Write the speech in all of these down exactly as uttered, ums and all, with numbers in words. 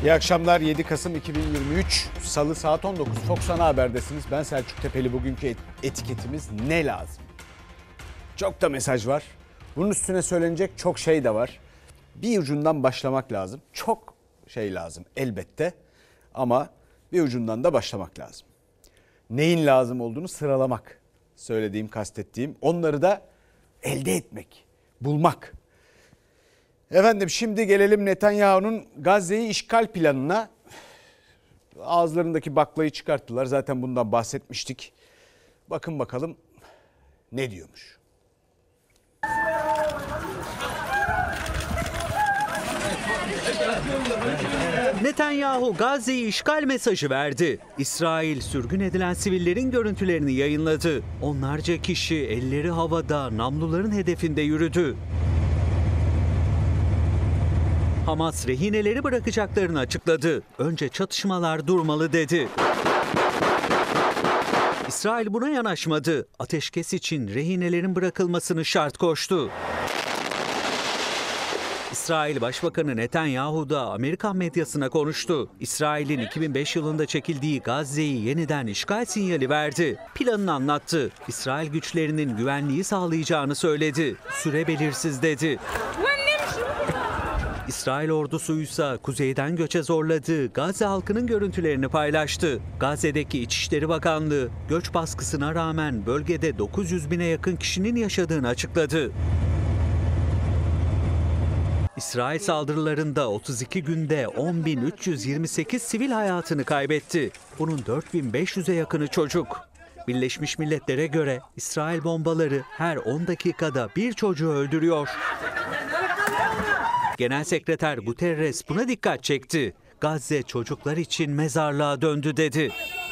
İyi akşamlar. yedi Kasım iki bin yirmi üç Salı saat on dokuz Fox Ana Haber'desiniz. Ben Selçuk Tepeli. Bugünkü etiketimiz ne lazım? Çok da mesaj var. Bunun üstüne söylenecek çok şey de var. Bir ucundan başlamak lazım. Çok şey lazım elbette ama bir ucundan da başlamak lazım. Neyin lazım olduğunu sıralamak. Söylediğim, kastettiğim, onları da elde etmek, bulmak. Efendim şimdi gelelim Netanyahu'nun Gazze'yi işgal planına. Ağızlarındaki baklayı çıkarttılar. Zaten bundan bahsetmiştik. Bakın bakalım ne diyormuş. Netanyahu Gazze'yi işgal mesajı verdi. İsrail sürgün edilen sivillerin görüntülerini yayınladı. Onlarca kişi elleri havada namluların hedefinde yürüdü. Hamas rehineleri bırakacaklarını açıkladı. Önce çatışmalar durmalı dedi. İsrail buna yanaşmadı. Ateşkes için rehinelerin bırakılmasını şart koştu. İsrail Başbakanı Netanyahu da Amerikan medyasına konuştu. İsrail'in iki bin beş yılında çekildiği Gazze'yi yeniden işgal sinyali verdi. Planını anlattı. İsrail güçlerinin güvenliği sağlayacağını söyledi. Süre belirsiz dedi. İsrail ordusuysa kuzeyden göçe zorladığı Gazze halkının görüntülerini paylaştı. Gazze'deki İçişleri Bakanlığı göç baskısına rağmen bölgede dokuz yüz bine yakın kişinin yaşadığını açıkladı. İsrail saldırılarında otuz iki günde on bin üç yüz yirmi sekiz sivil hayatını kaybetti. Bunun dört bin beş yüze yakını çocuk. Birleşmiş Milletler'e göre İsrail bombaları her on dakikada bir çocuğu öldürüyor. Genel Sekreter Guterres buna dikkat çekti. Gazze çocuklar için mezarlığa döndü dedi.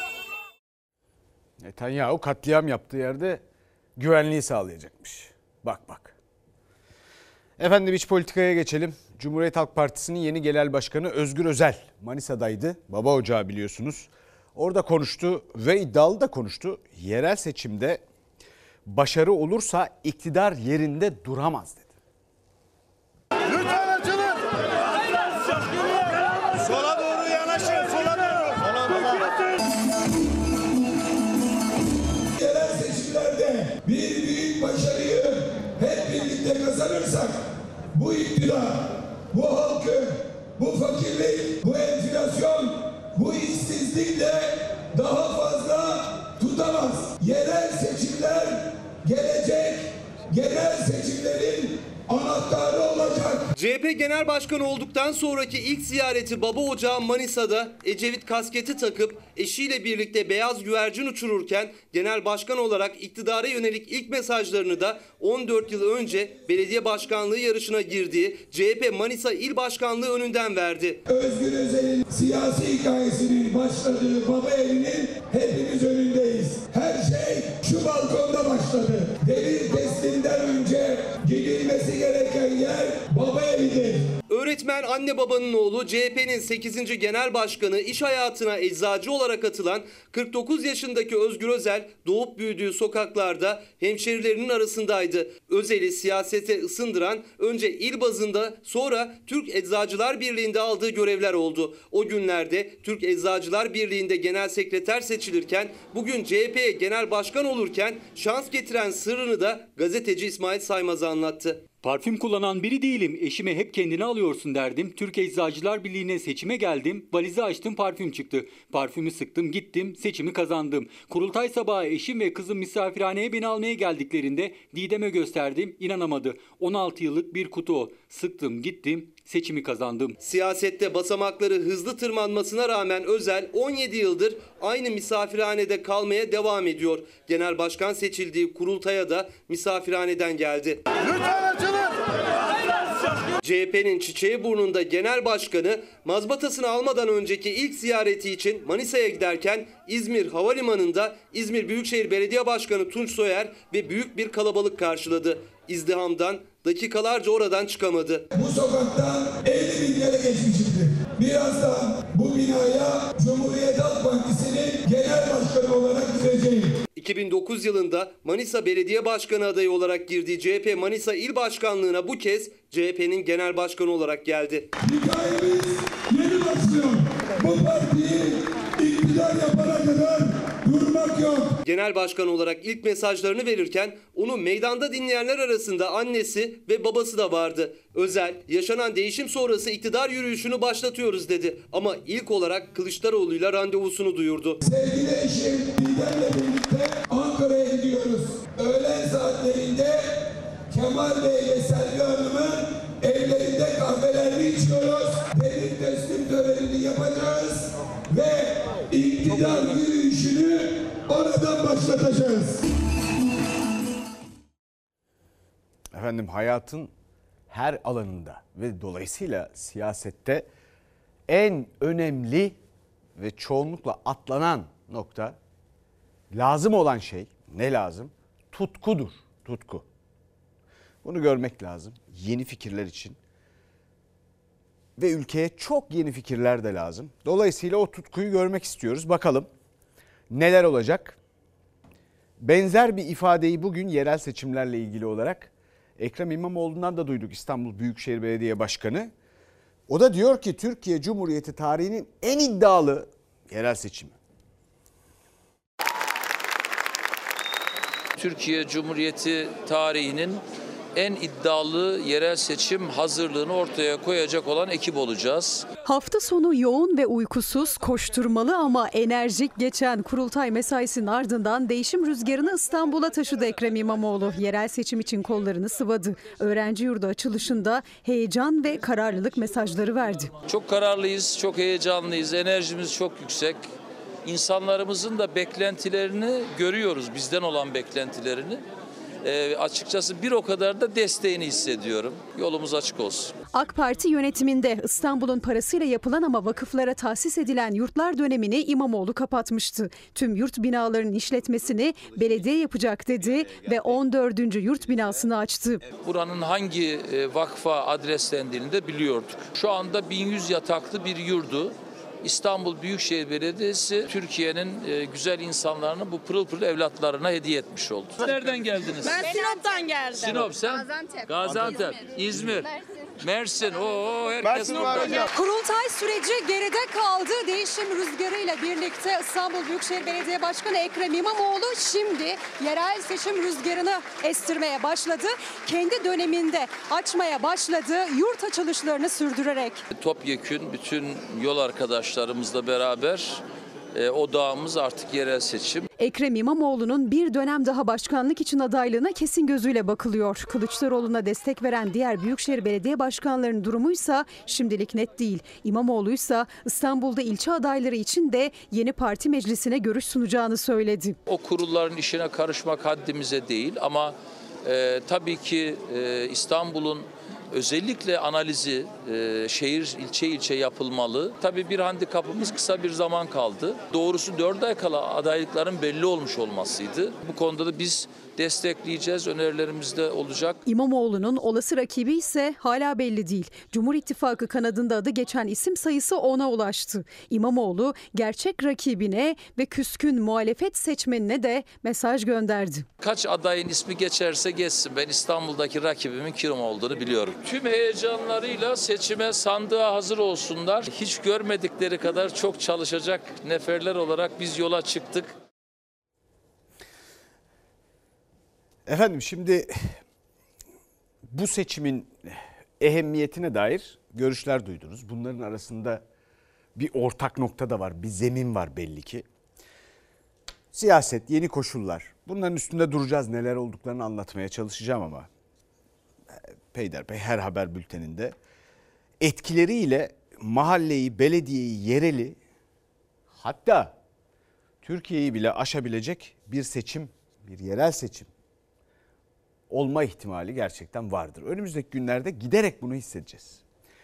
Netanyahu katliam yaptığı yerde güvenliği sağlayacakmış. Bak bak. Efendim iç politikaya geçelim. Cumhuriyet Halk Partisi'nin yeni genel başkanı Özgür Özel Manisa'daydı. Baba ocağı biliyorsunuz. Orada konuştu ve iddialı da konuştu. Yerel seçimde başarı olursa iktidar yerinde duramaz dedi. Lütfen açılın. Sola doğru yanaşın. Sola doğru. Sola doğru. Yerel seçimlerde bir büyük başarıyı hep birlikte kazanırsak bu iktidar, bu halkı, bu fakirlik, bu enflasyon, bu işsizlikle daha fazla tutamaz. Yerel seçimler gelecek, genel seçimlerin anahtarı olacak. C H P Genel Başkanı olduktan sonraki ilk ziyareti baba ocağı Manisa'da Ecevit kasketi takıp eşiyle birlikte beyaz güvercin uçururken genel başkan olarak iktidara yönelik ilk mesajlarını da on dört yıl önce belediye başkanlığı yarışına girdiği C H P Manisa İl Başkanlığı önünden verdi. Özgür Özel'in siyasi hikayesinin başladığı baba evinin hepimiz önündeyiz. Her şey şu balkonda başladı. Devir testinden önce gidilmesi gereken yer baba evidir. Öğretmen anne babanın oğlu C H P'nin sekizinci Genel Başkanı, iş hayatına eczacı olarak atılan kırk dokuz yaşındaki Özgür Özel doğup büyüdüğü sokaklarda hemşerilerinin arasındaydı. Özel'i siyasete ısındıran önce il bazında sonra Türk Eczacılar Birliği'nde aldığı görevler oldu. O günlerde Türk Eczacılar Birliği'nde genel sekreter seçilirken bugün C H P'ye genel başkan olurken şans getiren sırrını da gazeteci İsmail Saymaz'a anlattı. Parfüm kullanan biri değilim. Eşime hep kendini alıyorsun derdim. Türk Eczacılar Birliği'ne seçime geldim. Valizi açtım, parfüm çıktı. Parfümü sıktım, gittim, seçimi kazandım. Kurultay sabahı eşim ve kızım misafirhaneye beni almaya geldiklerinde Didem'e gösterdim, inanamadı. on altı yıllık bir kutu o. Sıktım, gittim, seçimi kazandım. Siyasette basamakları hızlı tırmanmasına rağmen Özel on yedi yıldır aynı misafirhanede kalmaya devam ediyor. Genel başkan seçildiği kurultaya da misafirhaneden geldi. Lütfen açılın. C H P'nin Çiçeğiburnunda genel başkanı mazbatasını almadan önceki ilk ziyareti için Manisa'ya giderken İzmir Havalimanı'nda İzmir Büyükşehir Belediye Başkanı Tunç Soyer ve büyük bir kalabalık karşıladı. İzdihamdan dakikalarca oradan çıkamadı. Bu sokaktan elli bin kere geçmişimdir. Birazdan bu binaya Cumhuriyet Halk Partisi'nin genel başkanı olarak gireceğim. iki bin dokuz yılında Manisa Belediye Başkanı adayı olarak girdiği C H P Manisa İl Başkanlığı'na bu kez C H P'nin genel başkanı olarak geldi. Hikayemiz yeni başlıyor. Bu partiyi iktidar yapana kadar durmak yok. Genel başkan olarak ilk mesajlarını verirken onu meydanda dinleyenler arasında annesi ve babası da vardı. Özel, yaşanan değişim sonrası iktidar yürüyüşünü başlatıyoruz dedi. Ama ilk olarak Kılıçdaroğlu'yla randevusunu duyurdu. Sevgili eşim Didem'le birlikte Ankara'ya gidiyoruz. Öğlen saatlerinde Kemal Bey ve Selvi Hanım'ın evlerinde kahvelerini içiyoruz. Devlet teslim törenini yapacağız ve iktidar yürüyüşünü oradan başlatacağız. Efendim hayatın her alanında ve dolayısıyla siyasette en önemli ve çoğunlukla atlanan nokta, lazım olan şey ne lazım? Tutkudur, tutku. Bunu görmek lazım yeni fikirler için ve ülkeye çok yeni fikirler de lazım. Dolayısıyla o tutkuyu görmek istiyoruz. Bakalım neler olacak? Benzer bir ifadeyi bugün yerel seçimlerle ilgili olarak Ekrem İmamoğlu'ndan da duyduk, İstanbul Büyükşehir Belediye Başkanı. O da diyor ki Türkiye Cumhuriyeti tarihinin en iddialı yerel seçimi. Türkiye Cumhuriyeti tarihinin en iddialı yerel seçim hazırlığını ortaya koyacak olan ekip olacağız. Hafta sonu yoğun ve uykusuz, koşturmalı ama enerjik geçen kurultay mesaisinin ardından değişim rüzgarını İstanbul'a taşıdı Ekrem İmamoğlu. Yerel seçim için kollarını sıvadı. Öğrenci yurdu açılışında heyecan ve kararlılık mesajları verdi. Çok kararlıyız, çok heyecanlıyız, enerjimiz çok yüksek. İnsanlarımızın da beklentilerini görüyoruz, bizden olan beklentilerini. E, açıkçası bir o kadar da desteğini hissediyorum. Yolumuz açık olsun. AK Parti yönetiminde İstanbul'un parasıyla yapılan ama vakıflara tahsis edilen yurtlar dönemini İmamoğlu kapatmıştı. Tüm yurt binalarının işletmesini belediye yapacak dedi ve on dördüncü yurt binasını açtı. Buranın hangi vakfa adreslendiğini de biliyorduk. Şu anda bin yüz yataklı bir yurdu İstanbul Büyükşehir Belediyesi Türkiye'nin e, güzel insanlarını bu pırıl pırıl evlatlarına hediye etmiş oldu. Nereden geldiniz? Ben Sinop'tan geldim. Sinop sen? Gaziantep. Gaziantep, İzmir, Mersin. Oo, herkes burada. Kurultay süreci geride kaldı. Değişim rüzgarıyla birlikte İstanbul Büyükşehir Belediye Başkanı Ekrem İmamoğlu şimdi yerel seçim rüzgarını estirmeye başladı. Kendi döneminde açmaya başladı. Yurt açılışlarını sürdürerek. Topyekün bütün yol arkadaşlarımızla beraber e, odağımız artık yerel seçim. Ekrem İmamoğlu'nun bir dönem daha başkanlık için adaylığına kesin gözüyle bakılıyor. Kılıçdaroğlu'na destek veren diğer büyükşehir belediye başkanlarının durumuysa şimdilik net değil. İmamoğlu'ysa İstanbul'da ilçe adayları için de yeni parti meclisine görüş sunacağını söyledi. O kurulların işine karışmak haddimize değil ama e, tabii ki e, İstanbul'un özellikle analizi e, şehir ilçe ilçe yapılmalı. Tabii bir handikapımız kısa bir zaman kaldı. Doğrusu dört ay kala adaylıkların belli olmuş olmasıydı. Bu konuda da biz destekleyeceğiz, önerilerimiz de olacak. İmamoğlu'nun olası rakibi ise hala belli değil. Cumhur İttifakı kanadında adı geçen isim sayısı ona ulaştı. İmamoğlu gerçek rakibine ve küskün muhalefet seçmenine de mesaj gönderdi. Kaç adayın ismi geçerse geçsin, ben İstanbul'daki rakibimin kim olduğunu biliyorum. Tüm heyecanlarıyla seçime, sandığa hazır olsunlar. Hiç görmedikleri kadar çok çalışacak neferler olarak biz yola çıktık. Efendim şimdi bu seçimin ehemmiyetine dair görüşler duydunuz. Bunların arasında bir ortak nokta da var, bir zemin var belli ki. Siyaset, yeni koşullar. Bunların üstünde duracağız, neler olduklarını anlatmaya çalışacağım ama Peyder Bey her haber bülteninde etkileriyle mahalleyi, belediyeyi, yereli, hatta Türkiye'yi bile aşabilecek bir seçim, bir yerel seçim olma ihtimali gerçekten vardır. Önümüzdeki günlerde giderek bunu hissedeceğiz.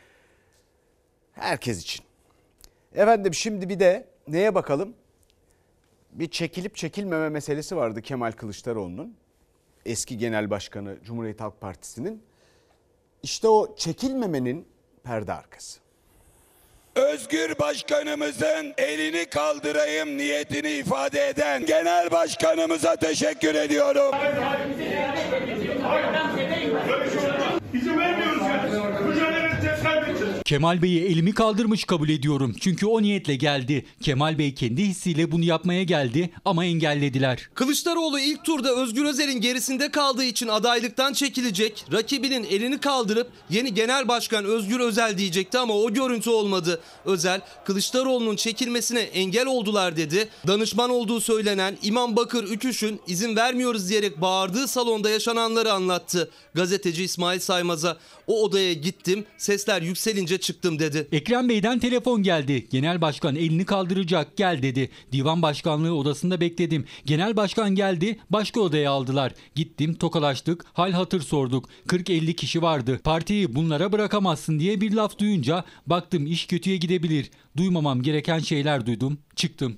Herkes için. Efendim şimdi bir de neye bakalım? Bir çekilip çekilmeme meselesi vardı Kemal Kılıçdaroğlu'nun. Eski genel başkanı Cumhuriyet Halk Partisi'nin. İşte o çekilmemenin perde arkası. Özgür Başkanımızın elini kaldırayım niyetini ifade eden genel başkanımıza teşekkür ediyorum. İzin vermiyoruz ya. Mücadele tezgah Kemal Bey'i elimi kaldırmış kabul ediyorum. Çünkü o niyetle geldi. Kemal Bey kendi hissiyle bunu yapmaya geldi ama engellediler. Kılıçdaroğlu ilk turda Özgür Özel'in gerisinde kaldığı için adaylıktan çekilecek, rakibinin elini kaldırıp yeni genel başkan Özgür Özel diyecekti ama o görüntü olmadı. Özel, Kılıçdaroğlu'nun çekilmesine engel oldular dedi. Danışman olduğu söylenen İmam Bakır Üküş'ün izin vermiyoruz diyerek bağırdığı salonda yaşananları anlattı. Gazeteci İsmail Saymaz'a o odaya gittim, sesler yükselince çıktım dedi. Ekrem Bey'den telefon geldi. Genel başkan elini kaldıracak, gel dedi. Divan başkanlığı odasında bekledim. Genel başkan geldi, başka odaya aldılar. Gittim, tokalaştık, hal hatır sorduk. kırk elli kişi vardı. Partiyi bunlara bırakamazsın diye bir laf duyunca baktım iş kötüye gidebilir. Duymamam gereken şeyler duydum, çıktım.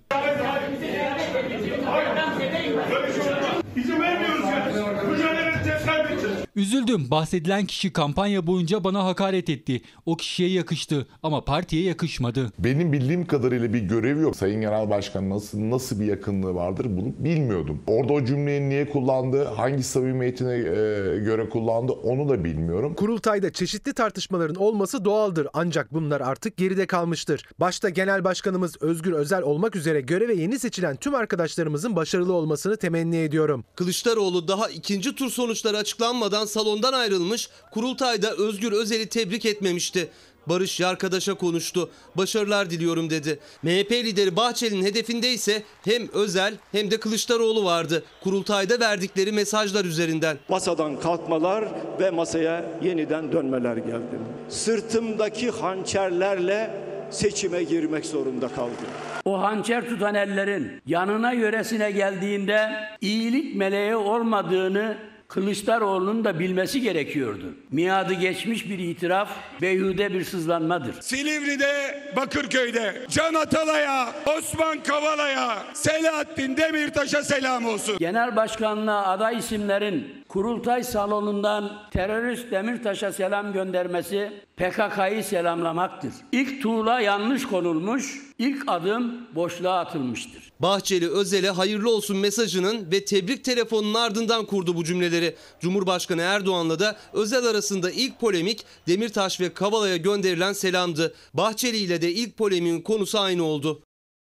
Üzüldüm. Bahsedilen kişi kampanya boyunca bana hakaret etti. O kişiye yakıştı ama partiye yakışmadı. Benim bildiğim kadarıyla bir görevi yok. Sayın Genel Başkan nasıl nasıl bir yakınlığı vardır bunu bilmiyordum. Orada o cümleyi niye kullandı, hangi samimiyetine e, göre kullandı onu da bilmiyorum. Kurultayda çeşitli tartışmaların olması doğaldır ancak bunlar artık geride kalmıştır. Başta Genel Başkanımız Özgür Özel olmak üzere göreve yeni seçilen tüm arkadaşlarımızın başarılı olmasını temenni ediyorum. Kılıçdaroğlu daha ikinci tur sonuçları açıklanmadan salondan ayrılmış, kurultayda Özgür Özel'i tebrik etmemişti. Barış Yarkadaş'a konuştu. Başarılar diliyorum dedi. M H P lideri Bahçeli'nin hedefinde ise hem Özel hem de Kılıçdaroğlu vardı. Kurultayda verdikleri mesajlar üzerinden. Masadan kalkmalar ve masaya yeniden dönmeler geldi. Sırtımdaki hançerlerle seçime girmek zorunda kaldım. O hançer tutan ellerin yanına yöresine geldiğinde iyilik meleği olmadığını Kılıçdaroğlu'nun da bilmesi gerekiyordu. Miadı geçmiş bir itiraf, beyhude bir sızlanmadır. Silivri'de, Bakırköy'de Can Atalay'a, Osman Kavala'ya, Selahattin Demirtaş'a selam olsun. Genel başkanlığa aday isimlerin kurultay salonundan terörist Demirtaş'a selam göndermesi P K K'yı selamlamaktır. İlk tuğla yanlış konulmuş, ilk adım boşluğa atılmıştır. Bahçeli Özel'e hayırlı olsun mesajının ve tebrik telefonunun ardından kurdu bu cümleleri. Cumhurbaşkanı Erdoğan'la da Özel arasında ilk polemik Demirtaş ve Kavala'ya gönderilen selamdı. Bahçeli ile de ilk polemiğin konusu aynı oldu.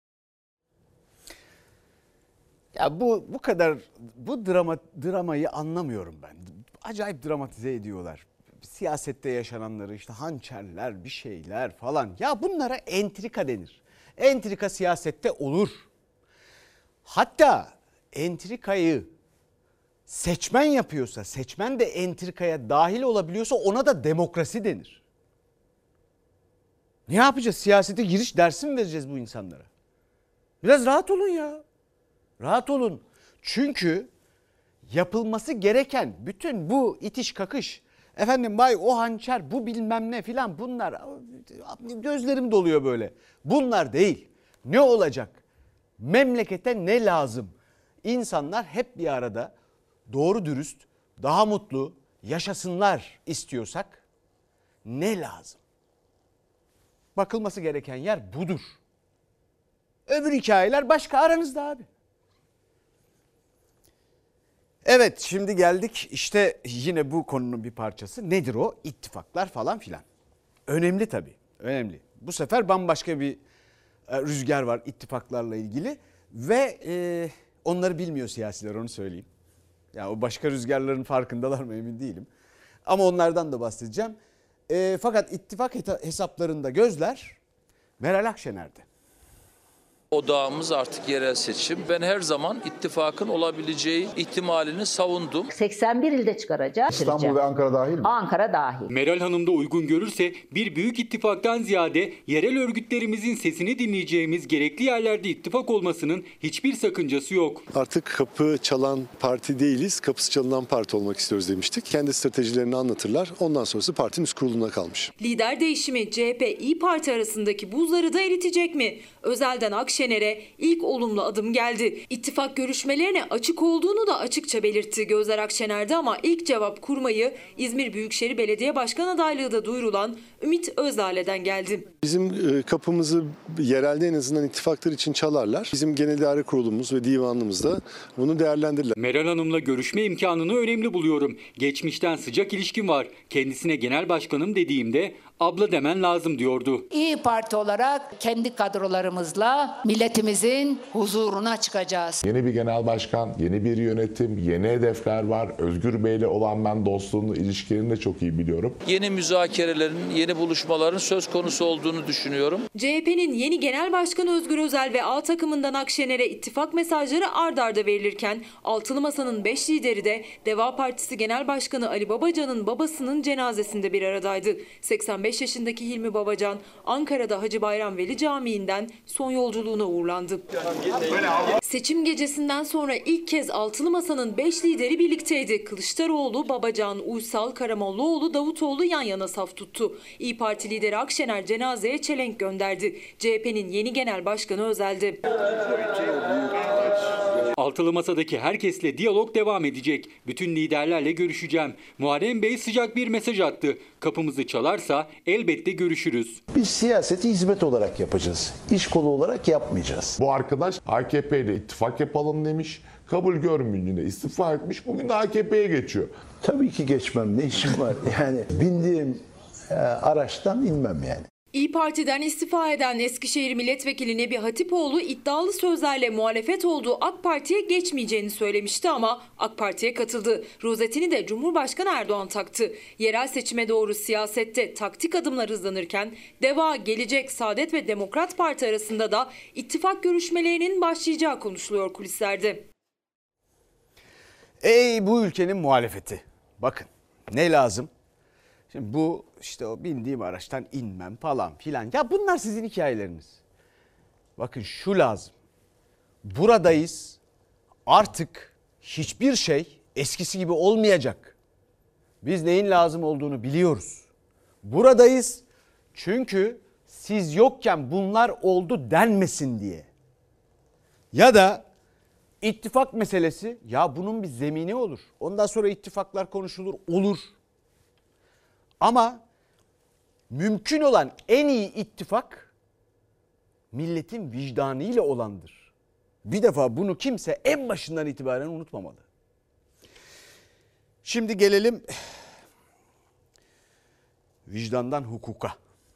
Ya bu bu kadar bu drama dramayı anlamıyorum ben. Acayip dramatize ediyorlar. Siyasette yaşananları işte hançerler bir şeyler falan. Ya bunlara entrika denir. Entrika siyasette olur. Hatta entrikayı seçmen yapıyorsa, seçmen de entrikaya dahil olabiliyorsa ona da demokrasi denir. Ne yapacağız? Siyasete giriş dersi mi vereceğiz bu insanlara? Biraz rahat olun ya. Rahat olun. Çünkü yapılması gereken bütün bu itiş kakış, efendim vay o hançer bu bilmem ne filan bunlar gözlerim doluyor böyle. Bunlar değil. Ne olacak? Memlekete ne lazım? İnsanlar hep bir arada doğru dürüst, daha mutlu yaşasınlar istiyorsak ne lazım? Bakılması gereken yer budur. Öbür hikayeler başka aranızda abi. Evet, şimdi geldik işte yine bu konunun bir parçası. Nedir o? İttifaklar falan filan. Önemli tabii, önemli. Bu sefer bambaşka bir rüzgar var ittifaklarla ilgili ve e, onları bilmiyor siyasiler, onu söyleyeyim. Yani o başka rüzgarların farkındalar mı emin değilim. Ama onlardan da bahsedeceğim. E, fakat ittifak hesaplarında gözler Meral Akşener'de. Odağımız artık yerel seçim. Ben her zaman ittifakın olabileceği ihtimalini savundum. seksen bir ilde çıkaracağız. İstanbul ve Ankara dahil mi? Ankara dahil. Meral Hanım da uygun görürse bir büyük ittifaktan ziyade yerel örgütlerimizin sesini dinleyeceğimiz gerekli yerlerde ittifak olmasının hiçbir sakıncası yok. Artık kapı çalan parti değiliz, kapısı çalınan parti olmak istiyoruz demiştik. Kendi stratejilerini anlatırlar. Ondan sonrası partinin üst kuruluna kalmış. Lider değişimi C H P İYİ Parti arasındaki buzları da eritecek mi? Özel'den Akşener Akşener'e ilk olumlu adım geldi. İttifak görüşmelerine açık olduğunu da açıkça belirtti gözler Akşener'de ama ilk cevap kurmayı İzmir Büyükşehir Belediye Başkan adaylığı da duyurulan Ümit Özdağ'dan geldi. Bizim kapımızı yerelde en azından ittifaklar için çalarlar. Bizim Genel İdare Kurulumuz ve divanımız da bunu değerlendirirler. Meral Hanım'la görüşme imkanını önemli buluyorum. Geçmişten sıcak ilişkim var. Kendisine genel başkanım dediğimde abla demen lazım diyordu. İyi Parti olarak kendi kadrolarımızla milletimizin huzuruna çıkacağız. Yeni bir genel başkan, yeni bir yönetim, yeni hedefler var. Özgür Bey'le olan ben dostluğunu, ilişkilerini de çok iyi biliyorum. Yeni müzakerelerin, yeni buluşmaların söz konusu olduğunu düşünüyorum. C H P'nin yeni genel başkanı Özgür Özel ve A takımından Akşener'e ittifak mesajları ard arda verilirken Altılı Masa'nın beş lideri de Deva Partisi Genel Başkanı Ali Babacan'ın babasının cenazesinde bir aradaydı. seksen beş yaşındaki Hilmi Babacan Ankara'da Hacı Bayram Veli Camii'nden son yolculuğuna uğurlandı. Seçim gecesinden sonra ilk kez Altılı Masa'nın beş lideri birlikteydi. Kılıçdaroğlu, Babacan, Uysal, Karamollaoğlu, Davutoğlu yan yana saf tuttu. İYİ Parti lideri Akşener cenazeye çelenk gönderdi. C H P'nin yeni genel başkanı Özel'di. Altılı Masa'daki herkesle diyalog devam edecek. Bütün liderlerle görüşeceğim. Muharrem Bey sıcak bir mesaj attı. Kapımızı çalarsa elbette görüşürüz. Biz siyaseti hizmet olarak yapacağız. İş kolu olarak yapmayacağız. Bu arkadaş A K P ile ittifak yapalım demiş. Kabul görmeyince istifa etmiş. Bugün de A K P'ye geçiyor. Tabii ki geçmem. Ne işim var? Yani bindiğim e, araçtan inmem yani. İYİ Parti'den istifa eden Eskişehir Milletvekili Nebi Hatipoğlu iddialı sözlerle muhalefet olduğu AK Parti'ye geçmeyeceğini söylemişti ama AK Parti'ye katıldı. Rozetini de Cumhurbaşkanı Erdoğan taktı. Yerel seçime doğru siyasette taktik adımlar hızlanırken Deva, Gelecek, Saadet ve Demokrat Parti arasında da ittifak görüşmelerinin başlayacağı konuşuluyor kulislerde. Ey bu ülkenin muhalefeti. Bakın ne lazım? Şimdi bu işte o bindiğim araçtan inmem falan filan. Ya bunlar sizin hikayeleriniz. Bakın şu lazım. Buradayız. Artık hiçbir şey eskisi gibi olmayacak. Biz neyin lazım olduğunu biliyoruz. Buradayız çünkü siz yokken bunlar oldu denmesin diye. Ya da ittifak meselesi, ya bunun bir zemini olur. Ondan sonra ittifaklar konuşulur, olur. Ama mümkün olan en iyi ittifak milletin vicdanıyla olandır. Bir defa bunu kimse en başından itibaren unutmamalı. Şimdi gelelim vicdandan hukuka.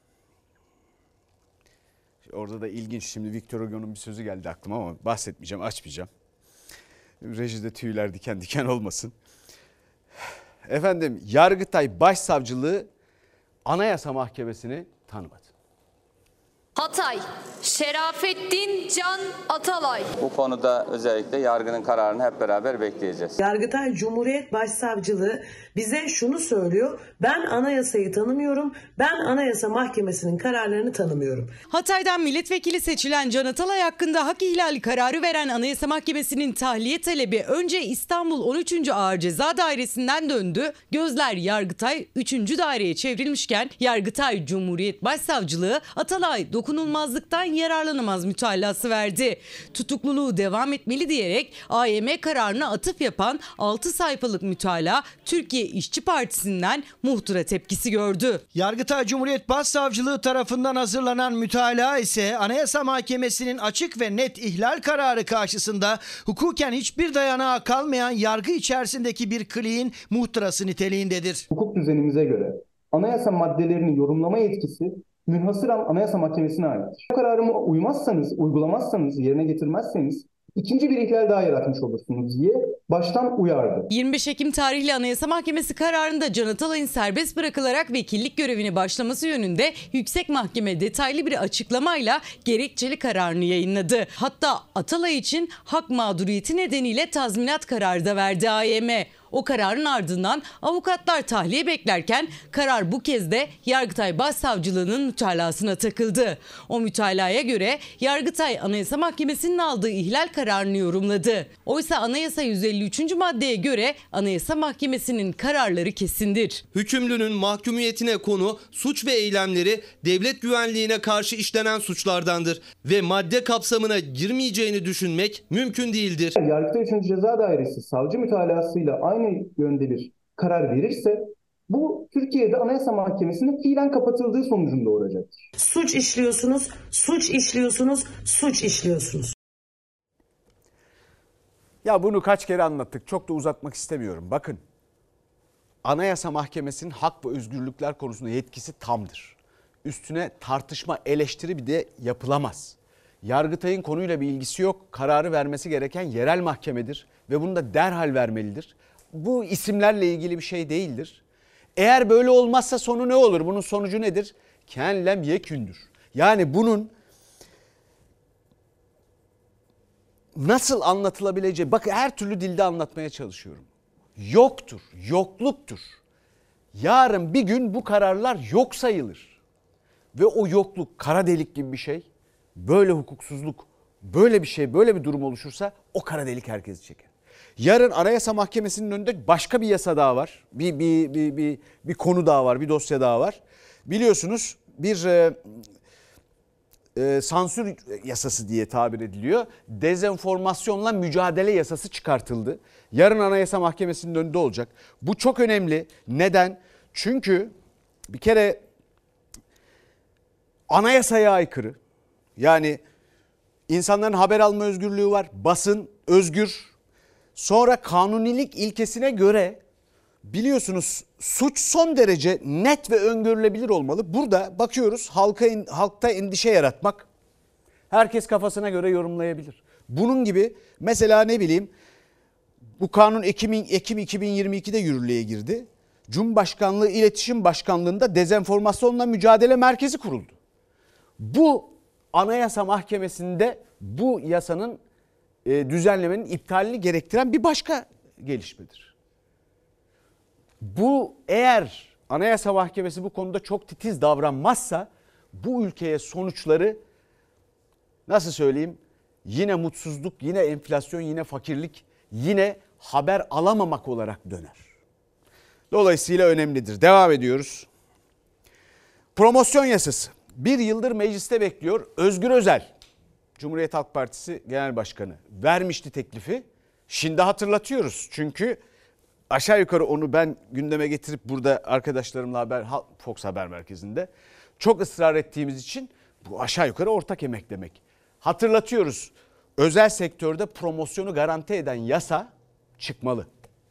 Orada da ilginç, şimdi Victor Hugo'nun bir sözü geldi aklıma ama bahsetmeyeceğim, açmayacağım. Rejide tüyler diken diken olmasın. Efendim, Yargıtay Başsavcılığı Anayasa Mahkemesi'ni tanımadı. Hatay, Şerafettin Can Atalay. Bu konuda özellikle yargının kararını hep beraber bekleyeceğiz. Yargıtay Cumhuriyet Başsavcılığı bize şunu söylüyor: ben anayasayı tanımıyorum, ben Anayasa Mahkemesi'nin kararlarını tanımıyorum. Hatay'dan milletvekili seçilen Can Atalay hakkında hak ihlali kararı veren Anayasa Mahkemesi'nin tahliye talebi önce İstanbul on üçüncü Ağır Ceza Dairesi'nden döndü. Gözler Yargıtay üçüncü daireye çevrilmişken Yargıtay Cumhuriyet Başsavcılığı Atalay dokunulmazlıktan yararlanamaz mütalası verdi. Tutukluluğu devam etmeli diyerek A Y M kararına atıf yapan altı sayfalık mütalaa Türkiye İşçi Partisi'nden muhtıra tepkisi gördü. Yargıtay Cumhuriyet Başsavcılığı tarafından hazırlanan mütalaa ise Anayasa Mahkemesi'nin açık ve net ihlal kararı karşısında hukuken hiçbir dayanağı kalmayan yargı içerisindeki bir kliğin muhtırası niteliğindedir. Hukuk düzenimize göre anayasa maddelerini yorumlama yetkisi münhasıran Anayasa Mahkemesi'ne aittir. Bu kararıma uymazsanız, uygulamazsanız, yerine getirmezseniz ikinci bir ihlal daha yaratmış olursunuz diye baştan uyardı. yirmi beş Ekim tarihli Anayasa Mahkemesi kararında Can Atalay'ın serbest bırakılarak vekillik görevine başlaması yönünde Yüksek Mahkeme detaylı bir açıklamayla gerekçeli kararını yayınladı. Hatta Atalay için hak mağduriyeti nedeniyle tazminat kararı da verdi A Y M. O kararın ardından avukatlar tahliye beklerken karar bu kez de Yargıtay Başsavcılığı'nın mütalasına takıldı. O mütalaya göre Yargıtay Anayasa Mahkemesi'nin aldığı ihlal kararını yorumladı. Oysa Anayasa yüz elli üçüncü maddeye göre Anayasa Mahkemesi'nin kararları kesindir. Hükümlünün mahkumiyetine konu suç ve eylemleri devlet güvenliğine karşı işlenen suçlardandır ve madde kapsamına girmeyeceğini düşünmek mümkün değildir. Yargıtay üçüncü Ceza Dairesi savcı mütalasıyla aynı yönde bir karar verirse bu Türkiye'de Anayasa Mahkemesi'nin fiilen kapatıldığı sonucunda olacaktır. Suç işliyorsunuz, suç işliyorsunuz, suç işliyorsunuz. Ya bunu kaç kere anlattık. Çok da uzatmak istemiyorum. Bakın, Anayasa Mahkemesi'nin hak ve özgürlükler konusunda yetkisi tamdır. Üstüne tartışma, eleştiri bir de yapılamaz. Yargıtay'ın konuyla bir ilgisi yok. Kararı vermesi gereken yerel mahkemedir ve bunu da derhal vermelidir. Bu isimlerle ilgili bir şey değildir. Eğer böyle olmazsa sonu ne olur? Bunun sonucu nedir? Kenlem yekündür. Yani bunun nasıl anlatılabileceği, bakın her türlü dilde anlatmaya çalışıyorum. Yoktur, yokluktur. Yarın bir gün bu kararlar yok sayılır. Ve o yokluk kara delik gibi bir şey. Böyle hukuksuzluk, böyle bir şey, böyle bir durum oluşursa o kara delik herkesi çeker. Yarın Anayasa Mahkemesi'nin önünde başka bir yasa daha var. Bir, bir, bir, bir, bir konu daha var, bir dosya daha var. Biliyorsunuz bir e, e, sansür yasası diye tabir ediliyor. Dezenformasyonla mücadele yasası çıkartıldı. Yarın Anayasa Mahkemesi'nin önünde olacak. Bu çok önemli. Neden? Çünkü bir kere anayasaya aykırı. Yani insanların haber alma özgürlüğü var. Basın özgür. Sonra kanunilik ilkesine göre biliyorsunuz suç son derece net ve öngörülebilir olmalı. Burada bakıyoruz halka, halkta endişe yaratmak. Herkes kafasına göre yorumlayabilir. Bunun gibi mesela ne bileyim bu kanun Ekim, Ekim iki bin yirmi iki'de yürürlüğe girdi. Cumhurbaşkanlığı İletişim Başkanlığı'nda Dezenformasyonla Mücadele Merkezi kuruldu. Bu Anayasa Mahkemesi'nde bu yasanın e, düzenlemenin iptalini gerektiren bir başka gelişmedir. Bu eğer Anayasa Mahkemesi bu konuda çok titiz davranmazsa bu ülkeye sonuçları nasıl söyleyeyim yine mutsuzluk, yine enflasyon, yine fakirlik, yine haber alamamak olarak döner. Dolayısıyla önemlidir. Devam ediyoruz. Promosyon yasası. Bir yıldır mecliste bekliyor. Özgür Özel, Cumhuriyet Halk Partisi Genel Başkanı vermişti teklifi. Şimdi hatırlatıyoruz. Çünkü aşağı yukarı onu ben gündeme getirip burada arkadaşlarımla haber, Fox Haber Merkezi'nde çok ısrar ettiğimiz için bu aşağı yukarı ortak emek demek. Hatırlatıyoruz. Özel sektörde promosyonu garanti eden yasa çıkmalı.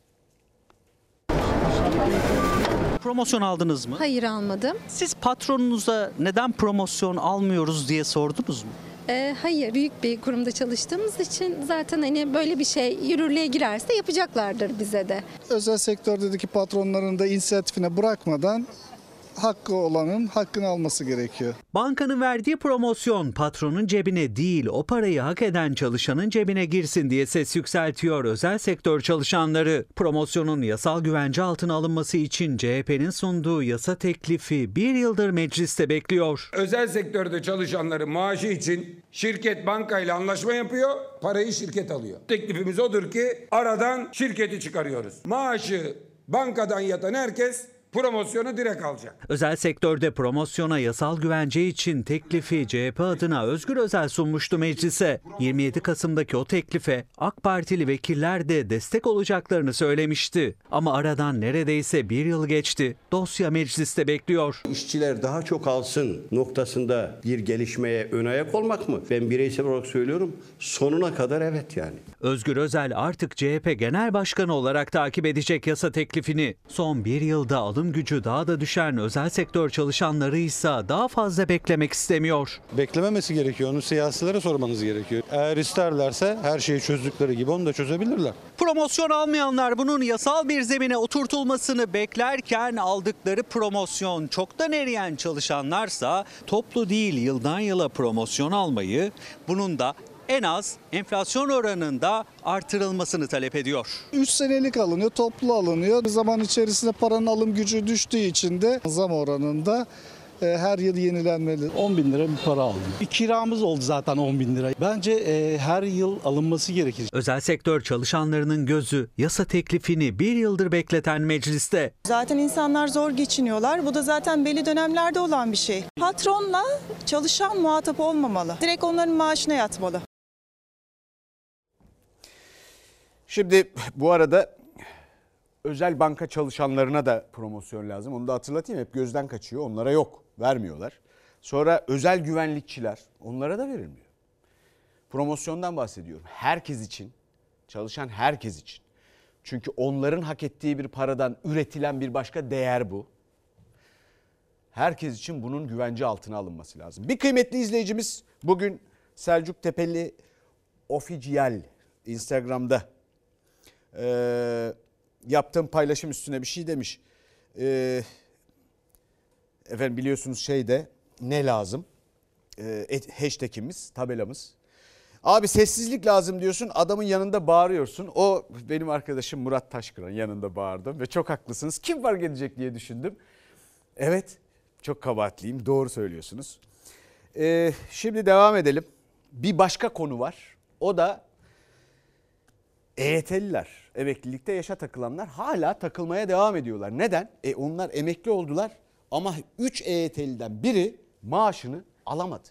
Promosyon aldınız mı? Hayır, almadım. Siz patronunuza neden promosyon almıyoruz diye sordunuz mu? Ee, hayır, büyük bir kurumda çalıştığımız için zaten hani böyle bir şey yürürlüğe girerse yapacaklardır bize de. Özel sektördeki patronların da inisiyatifine bırakmadan hakkı olanın hakkını alması gerekiyor. Bankanın verdiği promosyon patronun cebine değil, o parayı hak eden çalışanın cebine girsin diye ses yükseltiyor özel sektör çalışanları. Promosyonun yasal güvence altına alınması için C H P'nin sunduğu yasa teklifi bir yıldır mecliste bekliyor. Özel sektörde çalışanların maaşı için şirket bankayla anlaşma yapıyor, parayı şirket alıyor. Teklifimiz odur ki aradan şirketi çıkarıyoruz. Maaşı bankadan yatan herkes promosyonu direkt alacak. Özel sektörde promosyona yasal güvence için teklifi C H P adına Özgür Özel sunmuştu meclise. yirmi yedi Kasım'daki o teklife AK Partili vekiller de destek olacaklarını söylemişti. Ama aradan neredeyse bir yıl geçti. Dosya mecliste bekliyor. İşçiler daha çok alsın noktasında bir gelişmeye ön ayak olmak mı? Ben bireysel olarak söylüyorum. Sonuna kadar evet yani. Özgür Özel artık C H P Genel Başkanı olarak takip edecek yasa teklifini. Son bir yılda alım gücü daha da düşen özel sektör çalışanları ise daha fazla beklemek istemiyor. Beklememesi gerekiyor. Onu siyasilere sormanız gerekiyor. Eğer isterlerse her şeyi çözdükleri gibi onu da çözebilirler. Promosyon almayanlar bunun yasal bir zemine oturtulmasını beklerken aldıkları promosyon çoktan eriyen çalışanlarsa toplu değil yıldan yıla promosyon almayı, bunun da en az enflasyon oranında artırılmasını talep ediyor. üç senelik alınıyor, toplu alınıyor. Zaman içerisinde paranın alım gücü düştüğü için de zam oranında her yıl yenilenmeli. on bin lira bir para aldım. Bir kiramız oldu zaten on bin lira. Bence e, her yıl alınması gerekir. Özel sektör çalışanlarının gözü yasa teklifini bir yıldır bekleten mecliste. Zaten insanlar zor geçiniyorlar. Bu da zaten belli dönemlerde olan bir şey. Patronla çalışan muhatap olmamalı. Direkt onların maaşına yatmalı. Şimdi bu arada özel banka çalışanlarına da promosyon lazım. Onu da hatırlatayım, hep gözden kaçıyor. Onlara yok, vermiyorlar. Sonra özel güvenlikçiler, onlara da verilmiyor. Promosyondan bahsediyorum. Herkes için, çalışan herkes için. Çünkü onların hak ettiği bir paradan üretilen bir başka değer bu. Herkes için bunun güvence altına alınması lazım. Bir kıymetli izleyicimiz bugün Selçuk Tepeli Official Instagram'da Ee, yaptığım paylaşım üstüne bir şey demiş. Ee, efendim biliyorsunuz şeyde ne lazım? Ee, hashtagimiz, tabelamız. Abi sessizlik lazım diyorsun, adamın yanında bağırıyorsun. O benim arkadaşım Murat Taşkıran, yanında bağırdım ve çok haklısınız. Kim fark edecek diye düşündüm. Evet, çok kabahatliyim, doğru söylüyorsunuz. Ee, şimdi devam edelim. Bir başka konu var. O da E Y T'liler, emeklilikte yaşa takılanlar hala takılmaya devam ediyorlar. Neden? E onlar emekli oldular ama üç E Y T'liden biri maaşını alamadı.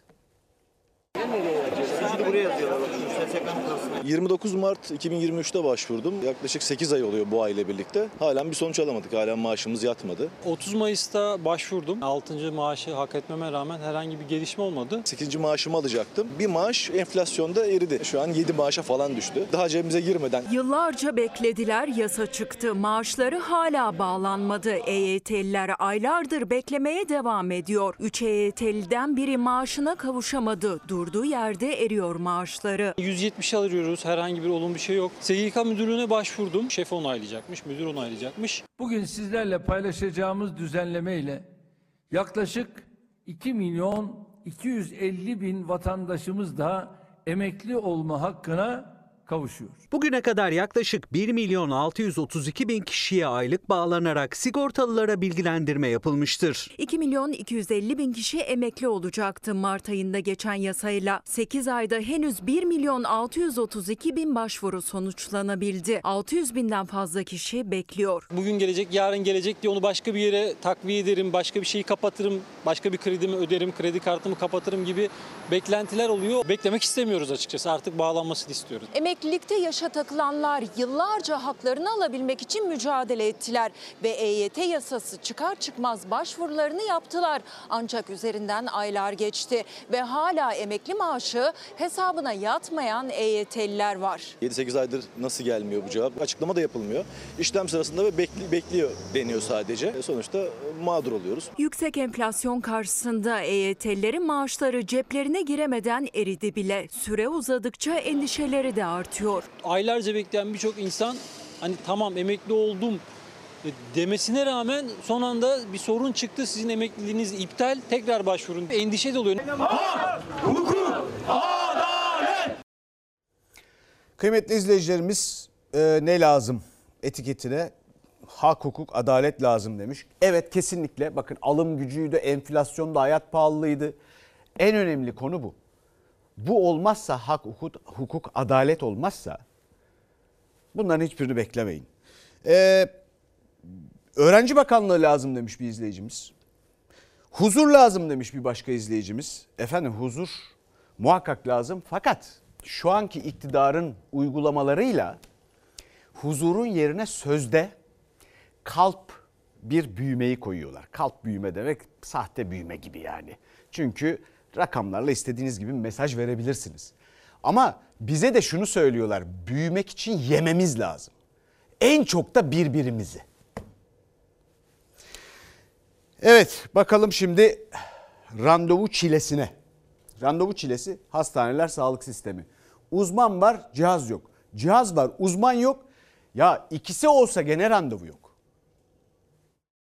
yirmi dokuz Mart iki bin yirmi üç'te başvurdum. Yaklaşık sekiz ay oluyor bu aile birlikte. Halen bir sonuç alamadık. Halen maaşımız yatmadı. otuz Mayıs'ta başvurdum. altıncı maaşı hak etmeme rağmen herhangi bir gelişme olmadı. sekizinci maaşımı alacaktım. Bir maaş enflasyonda eridi. Şu an yedi maaşa falan düştü. Daha cebimize girmeden. Yıllarca beklediler, yasa çıktı. Maaşları hala bağlanmadı. E Y T'liler aylardır beklemeye devam ediyor. üç E Y T'liden biri maaşına kavuşamadı. Durduğu yerde eriyor maaşları. yüz yetmiş alıyoruz. Herhangi bir olumlu bir şey yok. S G K müdürlüğüne başvurdum. Şef onaylayacakmış, müdür onaylayacakmış. Bugün sizlerle paylaşacağımız düzenleme ile yaklaşık iki milyon iki yüz elli bin vatandaşımız da emekli olma hakkına kavuşuyor. Bugüne kadar yaklaşık bir milyon altı yüz otuz iki bin kişiye aylık bağlanarak sigortalılara bilgilendirme yapılmıştır. iki milyon iki yüz elli bin kişi emekli olacaktı Mart ayında geçen yasayla. sekiz ayda henüz bir milyon altı yüz otuz iki bin başvuru sonuçlanabildi. altı yüz binden fazla kişi bekliyor. Bugün gelecek, yarın gelecek diye onu başka bir yere takviye ederim, başka bir şeyi kapatırım, başka bir kredimi öderim, kredi kartımı kapatırım gibi beklentiler oluyor. Beklemek istemiyoruz açıkçası. Artık bağlanmasını istiyoruz. Emeklilikte yaşa takılanlar yıllarca haklarını alabilmek için mücadele ettiler ve E Y T yasası çıkar çıkmaz başvurularını yaptılar. Ancak üzerinden aylar geçti ve hala emekli maaşı hesabına yatmayan E Y T'liler var. yedi sekiz aydır nasıl gelmiyor bu cevap? Açıklama da yapılmıyor. İşlem sırasında ve bekli, bekliyor deniyor sadece. Sonuçta mağdur oluyoruz. Yüksek enflasyon karşısında E Y T'lilerin maaşları ceplerine giremeden eridi bile. Süre uzadıkça endişeleri de artıyor. Aylarca bekleyen birçok insan hani tamam emekli oldum demesine rağmen son anda bir sorun çıktı. Sizin emekliliğiniz iptal, tekrar başvurun. Endişe de oluyor. Hukuk, adalet. Kıymetli izleyicilerimiz e, ne lazım etiketine hak, hukuk, adalet lazım demiş. Evet, kesinlikle. Bakın, alım gücüydü, enflasyonda, hayat pahalılığıydı. En önemli konu bu. Bu olmazsa, hak, hukuk, hukuk, adalet olmazsa bunların hiçbirini beklemeyin. Ee, Öğrenci Bakanlığı lazım demiş bir izleyicimiz. Huzur lazım demiş bir başka izleyicimiz. Efendim, huzur muhakkak lazım, fakat şu anki iktidarın uygulamalarıyla huzurun yerine sözde kalp bir büyümeyi koyuyorlar. Kalp büyüme demek sahte büyüme gibi yani. Çünkü rakamlarla istediğiniz gibi mesaj verebilirsiniz. Ama bize de şunu söylüyorlar: büyümek için yememiz lazım. En çok da birbirimizi. Evet, bakalım şimdi randevu çilesine. Randevu çilesi, hastaneler, sağlık sistemi. Uzman var, cihaz yok. Cihaz var, uzman yok. Ya ikisi olsa gene randevu yok. Tez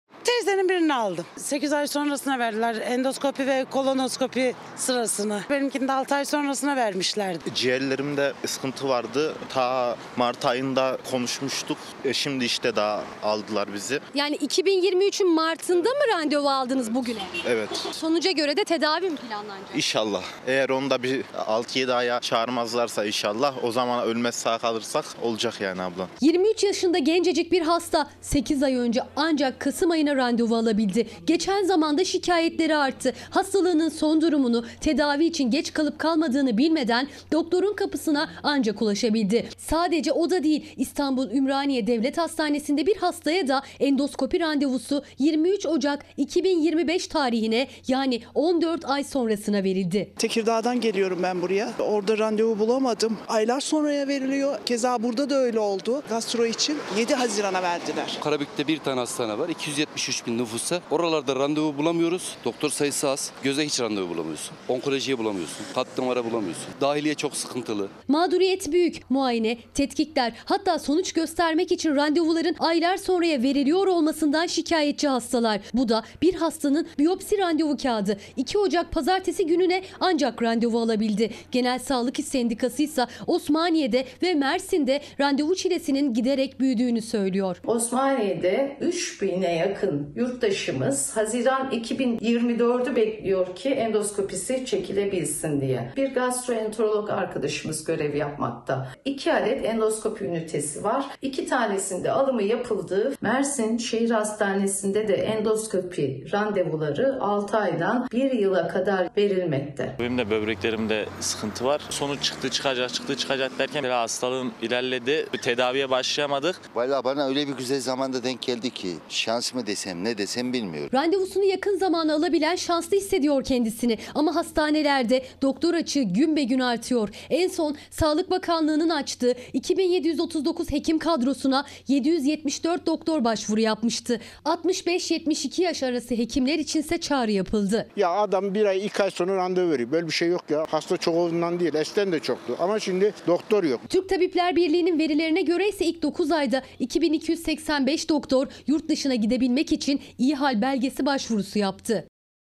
İkisinin birini aldım. sekiz ay sonrasına verdiler endoskopi ve kolonoskopi sırasını. Benimkini de altı ay sonrasına vermişlerdi. Ciğerlerimde sıkıntı vardı. Ta Mart ayında konuşmuştuk. E şimdi işte daha aldılar bizi. Yani iki bin yirmi üçün Mart'ında mı randevu aldınız bugüne? Evet. Sonuca göre de tedavi mi planlanacak? İnşallah. Eğer onu da bir altı yedi aya çağırmazlarsa inşallah o zaman ölmez sağ kalırsak olacak yani abla. yirmi üç yaşında gencecik bir hasta sekiz ay önce ancak Kasım ayına randevu alabildi. Geçen zamanda şikayetleri arttı. Hastalığının son durumunu, tedavi için geç kalıp kalmadığını bilmeden doktorun kapısına ancak ulaşabildi. Sadece o da değil, İstanbul Ümraniye Devlet Hastanesi'nde bir hastaya da endoskopi randevusu yirmi üç Ocak iki bin yirmi beş tarihine, yani on dört ay sonrasına verildi. Tekirdağ'dan geliyorum ben buraya. Orada randevu bulamadım. Aylar sonraya veriliyor. Keza burada da öyle oldu. Gastro için yedi Haziran'a verdiler. Karabük'te bir tane hastane var. iki yüz yetmiş üç bin nüfusa. Oralarda randevu bulamıyoruz. Doktor sayısı az. Göze hiç randevu bulamıyorsun. Onkolojiye bulamıyorsun. Kalp damara bulamıyorsun. Dahiliye çok sıkıntılı. Mağduriyet büyük. Muayene, tetkikler, hatta sonuç göstermek için randevuların aylar sonraya veriliyor olmasından şikayetçi hastalar. Bu da bir hastanın biyopsi randevu kağıdı. iki Ocak pazartesi gününe ancak randevu alabildi. Genel Sağlık İş Sendikası ise Osmaniye'de ve Mersin'de randevu çilesinin giderek büyüdüğünü söylüyor. Osmaniye'de üç bine yakın yurttaşımız Haziran iki bin yirmi dördü bekliyor ki endoskopisi çekilebilsin diye. Bir gastroenterolog arkadaşımız görev yapmakta. İki adet endoskopi ünitesi var. İki tanesinde alımı yapıldı. Mersin Şehir Hastanesi'nde de endoskopi randevuları altı aydan bir yıla kadar verilmekte. Benim de böbreklerimde sıkıntı var. Sonuç çıktı çıkacak çıktı çıkacak derken biraz hastalığım ilerledi. Tedaviye başlayamadık. Vallahi bana öyle bir güzel zamanda denk geldi ki şans mı desem ne desem bilmiyorum. Randevusunu yakın zamana alabilen şanslı hissediyor kendisini. Ama hastanelerde doktor açığı gün be gün artıyor. En son Sağlık Bakanlığı'nın açtığı iki bin yedi yüz otuz dokuz hekim kadrosuna yedi yüz yetmiş dört doktor başvuru yapmıştı. altmış beş yetmiş iki yaş arası hekimler içinse çağrı yapıldı. Ya adam bir ay iki ay sonra randevu veriyor. Böyle bir şey yok ya. Hasta çok olduğundan değil. Eskiden de çoktu. Ama şimdi doktor yok. Türk Tabipler Birliği'nin verilerine göre ise ilk dokuz ayda iki bin iki yüz seksen beş doktor yurt dışına gidebilmek için iyi hal belgesi başvurusu yaptı.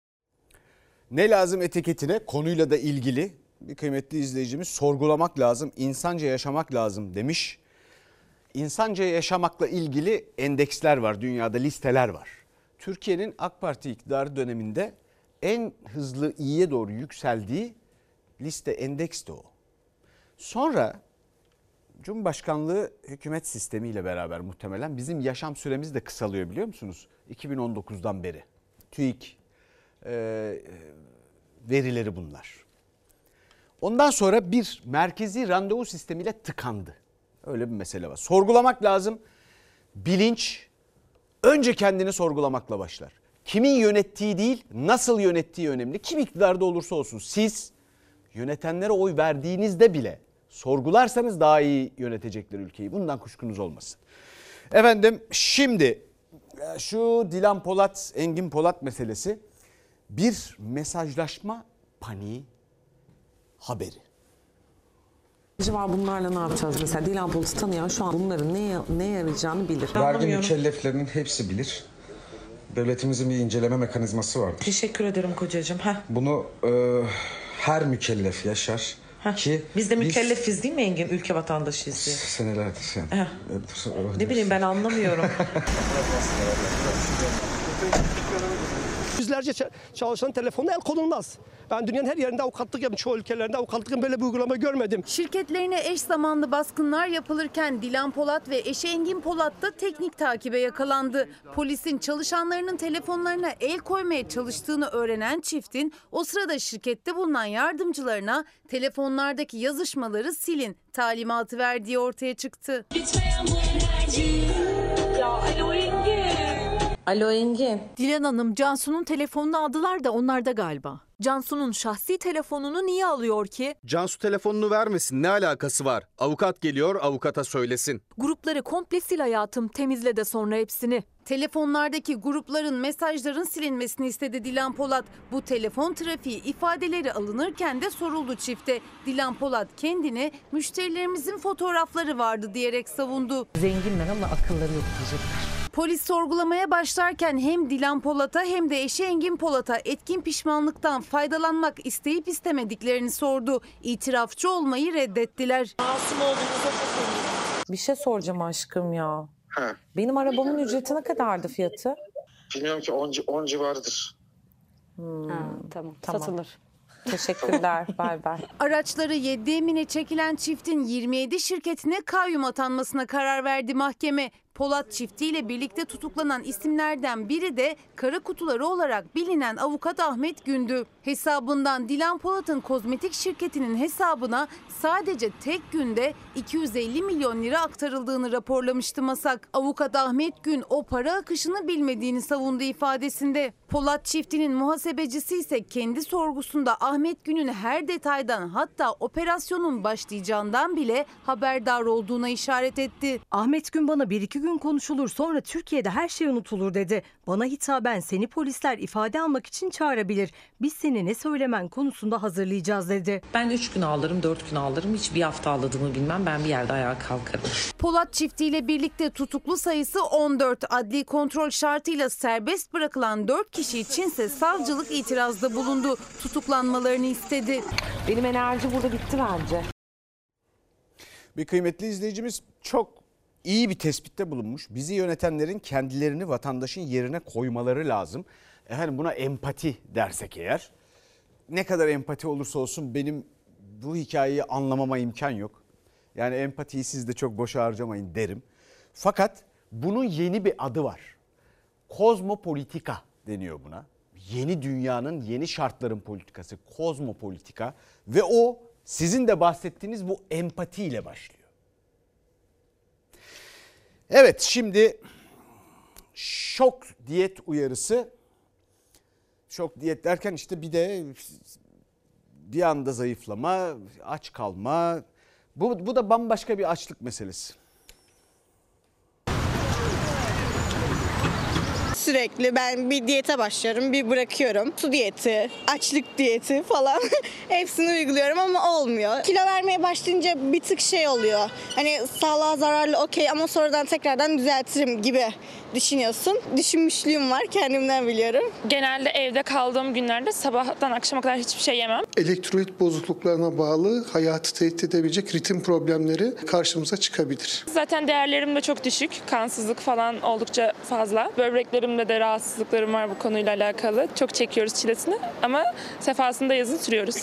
Ne lazım etiketine konuyla da ilgili bir kıymetli izleyicimiz sorgulamak lazım, insanca yaşamak lazım demiş. İnsanca yaşamakla ilgili endeksler var, dünyada listeler var. Türkiye'nin AK Parti iktidarı döneminde en hızlı iyiye doğru yükseldiği liste, endeks de o. Sonra Cumhurbaşkanlığı hükümet sistemiyle beraber muhtemelen bizim yaşam süremiz de kısalıyor, biliyor musunuz? iki bin on dokuzdan beri. TÜİK e, verileri bunlar. Ondan sonra bir merkezi randevu sistemiyle tıkandı. Öyle bir mesele var. Sorgulamak lazım. Bilinç önce kendini sorgulamakla başlar. Kimin yönettiği değil, nasıl yönettiği önemli. Kim iktidarda olursa olsun siz yönetenlere oy verdiğinizde bile sorgularsanız daha iyi yönetecekler ülkeyi. Bundan kuşkunuz olmasın. Efendim şimdi şu Dilan Polat, Engin Polat meselesi bir mesajlaşma paniği haberi. Acaba bunlarla ne yapacağız? Mesela Dilan Polat'ı tanıyan şu an bunların ne, ne yarayacağını bilir. Vergi mükelleflerinin hepsi bilir. Devletimizin bir inceleme mekanizması vardır. Teşekkür ederim kocacığım. Heh. Bunu e, her mükellef yaşar. Heh. Ki biz de mükellefiz biz, değil mi Engin? Ülke vatandaşıyız diye. Senelerdir yani. Ne bileyim ben anlamıyorum. Yüzlerce çalışan telefonu el konulmaz. Ben dünyanın her yerinde avukatlık yaptım. Çoğu ülkelerinde avukatlıkın böyle bir uygulama görmedim. Şirketlerine eş zamanlı baskınlar yapılırken Dilan Polat ve eşi Engin Polat da teknik takibe yakalandı. Polisin çalışanlarının telefonlarına el koymaya çalıştığını öğrenen çiftin o sırada şirkette bulunan yardımcılarına telefonlardaki yazışmaları silin talimatı verdiği ortaya çıktı. Ya alo Engin. Alo Engin. Dilan Hanım, Cansu'nun telefonunu aldılar da onlarda galiba. Cansu'nun şahsi telefonunu niye alıyor ki? Cansu telefonunu vermesin, ne alakası var? Avukat geliyor, avukata söylesin. Grupları komple sil hayatım, temizle de sonra hepsini. Telefonlardaki grupların, mesajların silinmesini istedi Dilan Polat. Bu telefon trafiği ifadeleri alınırken de soruldu çifte. Dilan Polat kendini müşterilerimizin fotoğrafları vardı diyerek savundu. Zenginler ama akılları yok diyecekler. Polis sorgulamaya başlarken hem Dilan Polat'a hem de eşi Engin Polat'a etkin pişmanlıktan faydalanmak isteyip istemediklerini sordu. İtirafçı olmayı reddettiler. Masum olduğunuza çok eminim. Bir şey soracağım aşkım ya. He. Benim arabamın ücreti ne kadardı fiyatı? Bilmiyorum ki on civarıdır. Hmm. Ha, tamam. Tamam. Satılır. Teşekkürler. Bay bay. Araçları yedi Emine çekilen çiftin yirmi yedi şirketine kayyum atanmasına karar verdi mahkeme. Polat çiftiyle birlikte tutuklanan isimlerden biri de kara kutuları olarak bilinen avukat Ahmet Gün'dü. Hesabından Dilan Polat'ın kozmetik şirketinin hesabına sadece tek günde iki yüz elli milyon lira aktarıldığını raporlamıştı MASAK. Avukat Ahmet Gün o para akışını bilmediğini savundu ifadesinde. Polat çiftinin muhasebecisi ise kendi sorgusunda Ahmet Gün'ün her detaydan, hatta operasyonun başlayacağından bile haberdar olduğuna işaret etti. Ahmet Gün bana bir iki gün konuşulur, sonra Türkiye'de her şey unutulur dedi. Bana hitaben seni polisler ifade almak için çağırabilir. Biz seni ne söylemen konusunda hazırlayacağız dedi. Ben üç gün ağlarım, dört gün ağlarım. Hiç bir hafta ağladığımı bilmem. Ben bir yerde ayağa kalkarım. Polat çiftiyle birlikte tutuklu sayısı on dört. Adli kontrol şartıyla serbest bırakılan dört kişi içinse savcılık itirazda bulundu. Tutuklanmalarını istedi. Benim enerji burada bitti bence. Bir kıymetli izleyicimiz çok iyi bir tespitte bulunmuş. Bizi yönetenlerin kendilerini vatandaşın yerine koymaları lazım. Efendim buna empati dersek eğer, ne kadar empati olursa olsun benim bu hikayeyi anlamama imkan yok. Yani empatiyi siz de çok boşa harcamayın derim. Fakat bunun yeni bir adı var. Kozmopolitika deniyor buna. Yeni dünyanın, yeni şartların politikası, kozmopolitika ve o sizin de bahsettiğiniz bu empatiyle başlıyor. Evet, şimdi şok diyet uyarısı. Şok diyet derken işte bir de bir anda zayıflama, aç kalma. Bu, bu da bambaşka bir açlık meselesi. Sürekli ben bir diyete başlıyorum, bir bırakıyorum. Su diyeti, açlık diyeti falan hepsini uyguluyorum ama olmuyor. Kilo vermeye başlayınca bir tık şey oluyor. Hani sağlığa zararlı okey ama sonradan tekrardan düzeltirim gibi düşünüyorsun. Düşünmüşlüğüm var, kendimden biliyorum. Genelde evde kaldığım günlerde sabahtan akşama kadar hiçbir şey yemem. Elektrolit bozukluklarına bağlı hayatı tehdit edebilecek ritim problemleri karşımıza çıkabilir. Zaten değerlerim de çok düşük. Kansızlık falan oldukça fazla. Böbreklerimde de rahatsızlıklarım var bu konuyla alakalı. Çok çekiyoruz çilesini ama sefasında yazın sürüyoruz.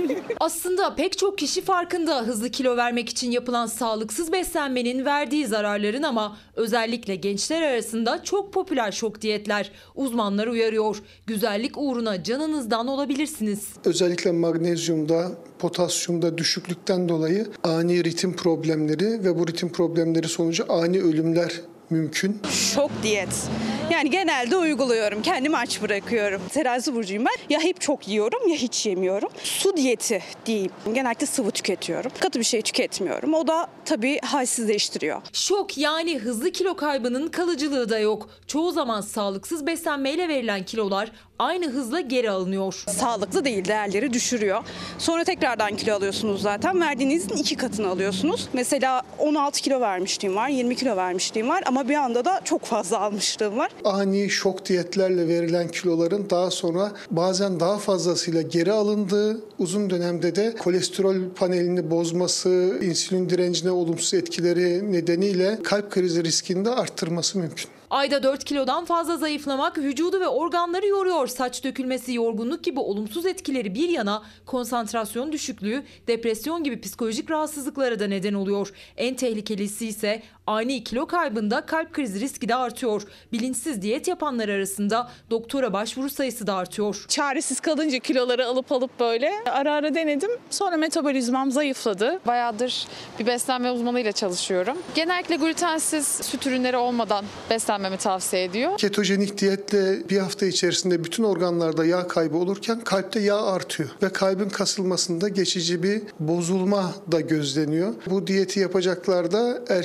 Aslında pek çok kişi farkında hızlı kilo vermek için yapılan sağlıksız beslenmenin verdiği zararların, ama özellikle gençler arasında çok popüler şok diyetler. Uzmanlar uyarıyor. Güzellik uğruna canınızdan olabilirsiniz. Özellikle magnezyumda, potasyumda düşüklükten dolayı ani ritim problemleri ve bu ritim problemleri sonucu ani ölümler mümkün. Şok diyet. Yani genelde uyguluyorum. Kendimi aç bırakıyorum. Terazi burcuyum ben. Ya hep çok yiyorum ya hiç yemiyorum. Su diyeti diyeyim. Genellikle sıvı tüketiyorum. Katı bir şey tüketmiyorum. O da tabii halsizleştiriyor. Şok yani hızlı kilo kaybının kalıcılığı da yok. Çoğu zaman sağlıksız beslenmeyle verilen kilolar aynı hızla geri alınıyor. Sağlıklı değil, değerleri düşürüyor. Sonra tekrardan kilo alıyorsunuz zaten. Verdiğinizin iki katını alıyorsunuz. Mesela on altı kilo vermişliğim var, yirmi kilo vermişliğim var ama bir anda da çok fazla almışlığım var. Ani şok diyetlerle verilen kiloların daha sonra bazen daha fazlasıyla geri alındığı, uzun dönemde de kolesterol panelini bozması, insülin direncine olumsuz etkileri nedeniyle kalp krizi riskini de arttırması mümkün. Ayda dört kilodan fazla zayıflamak vücudu ve organları yoruyor. Saç dökülmesi, yorgunluk gibi olumsuz etkileri bir yana, konsantrasyon düşüklüğü, depresyon gibi psikolojik rahatsızlıklara da neden oluyor. En tehlikelisi ise ani kilo kaybında kalp krizi riski de artıyor. Bilinçsiz diyet yapanlar arasında doktora başvuru sayısı da artıyor. Çaresiz kalınca kiloları alıp alıp böyle ara ara denedim. Sonra metabolizmam zayıfladı. Bayağıdır bir beslenme uzmanıyla çalışıyorum. Genellikle glutensiz süt ürünleri olmadan beslenmemi tavsiye ediyor. Ketojenik diyetle bir hafta içerisinde bütün organlarda yağ kaybı olurken kalpte yağ artıyor ve kalbin kasılmasında geçici bir bozulma da gözleniyor. Bu diyeti yapacaklarda erken dönem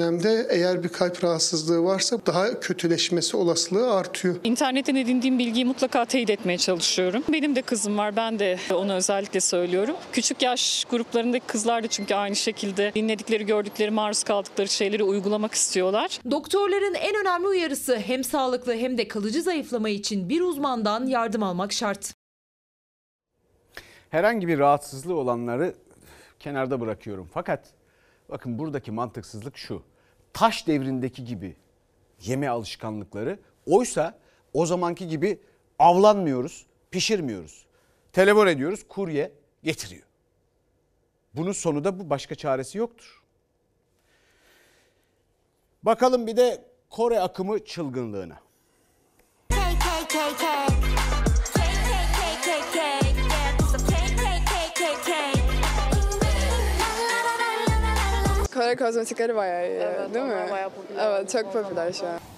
dönemde eğer bir kalp rahatsızlığı varsa daha kötüleşmesi olasılığı artıyor. İnternetten edindiğim bilgiyi mutlaka teyit etmeye çalışıyorum. Benim de kızım var, ben de onu özellikle söylüyorum. Küçük yaş gruplarındaki kızlar da çünkü aynı şekilde dinledikleri, gördükleri, maruz kaldıkları şeyleri uygulamak istiyorlar. Doktorların en önemli uyarısı hem sağlıklı hem de kalıcı zayıflama için bir uzmandan yardım almak şart. Herhangi bir rahatsızlığı olanları kenarda bırakıyorum. Fakat bakın buradaki mantıksızlık şu. Taş devrindeki gibi yeme alışkanlıkları, oysa o zamanki gibi avlanmıyoruz, pişirmiyoruz. Telefon ediyoruz, kurye getiriyor. Bunun sonu da bu, başka çaresi yoktur. Bakalım bir de Kore akımı çılgınlığına. Kore kozmetikleri bayağı iyi, evet, değil mi? Bayağı popüler. Evet, çok popüler şu an.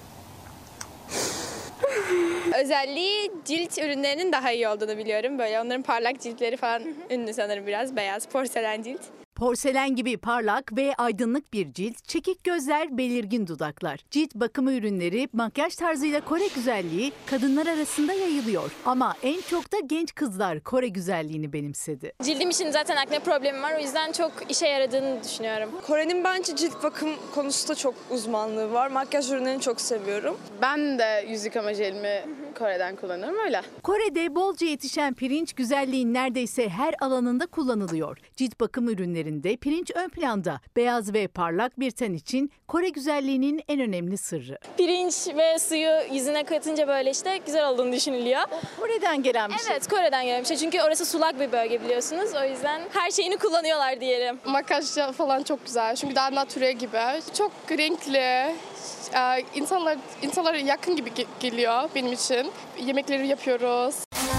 Özelliği cilt ürünlerinin daha iyi olduğunu biliyorum. Böyle onların parlak ciltleri falan ünlü sanırım, biraz beyaz porselen cilt. Porselen gibi parlak ve aydınlık bir cilt, çekik gözler, belirgin dudaklar. Cilt bakımı ürünleri, makyaj tarzıyla Kore güzelliği kadınlar arasında yayılıyor. Ama en çok da genç kızlar Kore güzelliğini benimsedi. Cildim için zaten akne problemi var, o yüzden çok işe yaradığını düşünüyorum. Kore'nin bence cilt bakım konusunda çok uzmanlığı var. Makyaj ürünlerini çok seviyorum. Ben de yüz yıkama jelimi Kore'den kullanıyorum, öyle. Kore'de bolca yetişen pirinç güzelliğin neredeyse her alanında kullanılıyor. Cilt bakım ürünlerinde pirinç ön planda. Beyaz ve parlak bir ten için Kore güzelliğinin en önemli sırrı. Pirinç ve suyu yüzüne katınca böyle işte güzel olduğunu düşünülüyor. Kore'den gelen bir şey. Evet, Kore'den gelen bir şey. Çünkü orası sulak bir bölge biliyorsunuz. O yüzden her şeyini kullanıyorlar diyelim. Makyaj falan çok güzel. Çünkü daha natürel gibi. Çok renkli. Ee, insanlar insanlara yakın gibi geliyor benim için. Yemekleri yapıyoruz.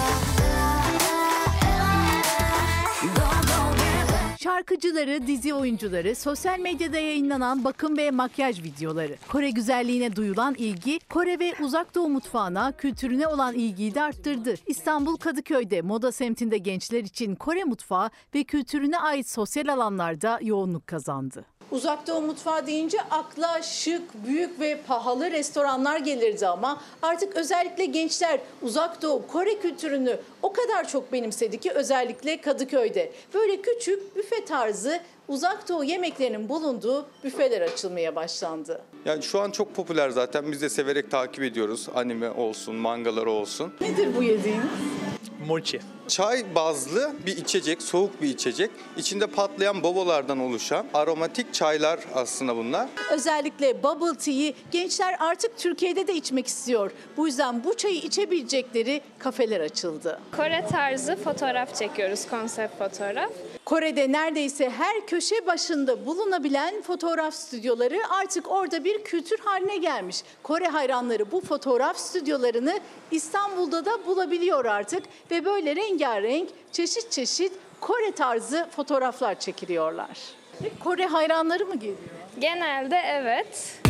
Şarkıcıları, dizi oyuncuları, sosyal medyada yayınlanan bakım ve makyaj videoları. Kore güzelliğine duyulan ilgi, Kore ve Uzak Doğu mutfağına, kültürüne olan ilgiyi de arttırdı. İstanbul Kadıköy'de moda semtinde gençler için Kore mutfağı ve kültürüne ait sosyal alanlarda yoğunluk kazandı. Uzak Doğu mutfağı deyince akla şık, büyük ve pahalı restoranlar gelirdi ama artık özellikle gençler Uzak Doğu Kore kültürünü o kadar çok benimsedi ki özellikle Kadıköy'de. Böyle küçük büfe tarzı Uzak Doğu yemeklerinin bulunduğu büfeler açılmaya başlandı. Yani şu an çok popüler zaten. Biz de severek takip ediyoruz. Anime olsun, mangaları olsun. Nedir bu yediğiniz? Mochi. Çay bazlı bir içecek, soğuk bir içecek. İçinde patlayan bobolardan oluşan aromatik çaylar aslında bunlar. Özellikle bubble tea'yi gençler artık Türkiye'de de içmek istiyor. Bu yüzden bu çayı içebilecekleri kafeler açıldı. Kore tarzı fotoğraf çekiyoruz, konsept fotoğraf. Kore'de neredeyse her köşe başında bulunabilen fotoğraf stüdyoları artık orada bir kültür haline gelmiş. Kore hayranları bu fotoğraf stüdyolarını İstanbul'da da bulabiliyor artık ve böyle rengarenk, çeşit çeşit Kore tarzı fotoğraflar çekiliyorlar. Kore hayranları mı geliyor? Genelde evet.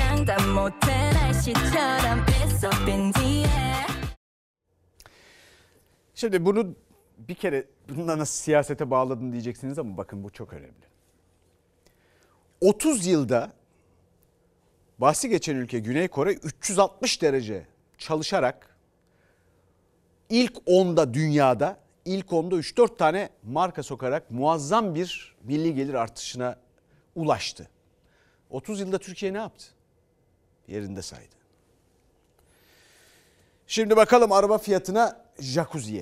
Şimdi bunu bir kere bununla nasıl siyasete bağladın diyeceksiniz ama bakın bu çok önemli. otuz yılda bahsi geçen ülke Güney Kore üç yüz altmış derece çalışarak ilk onda dünyada ilk onda üç dört tane marka sokarak muazzam bir milli gelir artışına ulaştı. otuz yılda Türkiye ne yaptı? Yerinde saydı. Şimdi bakalım araba fiyatına, jacuzziye.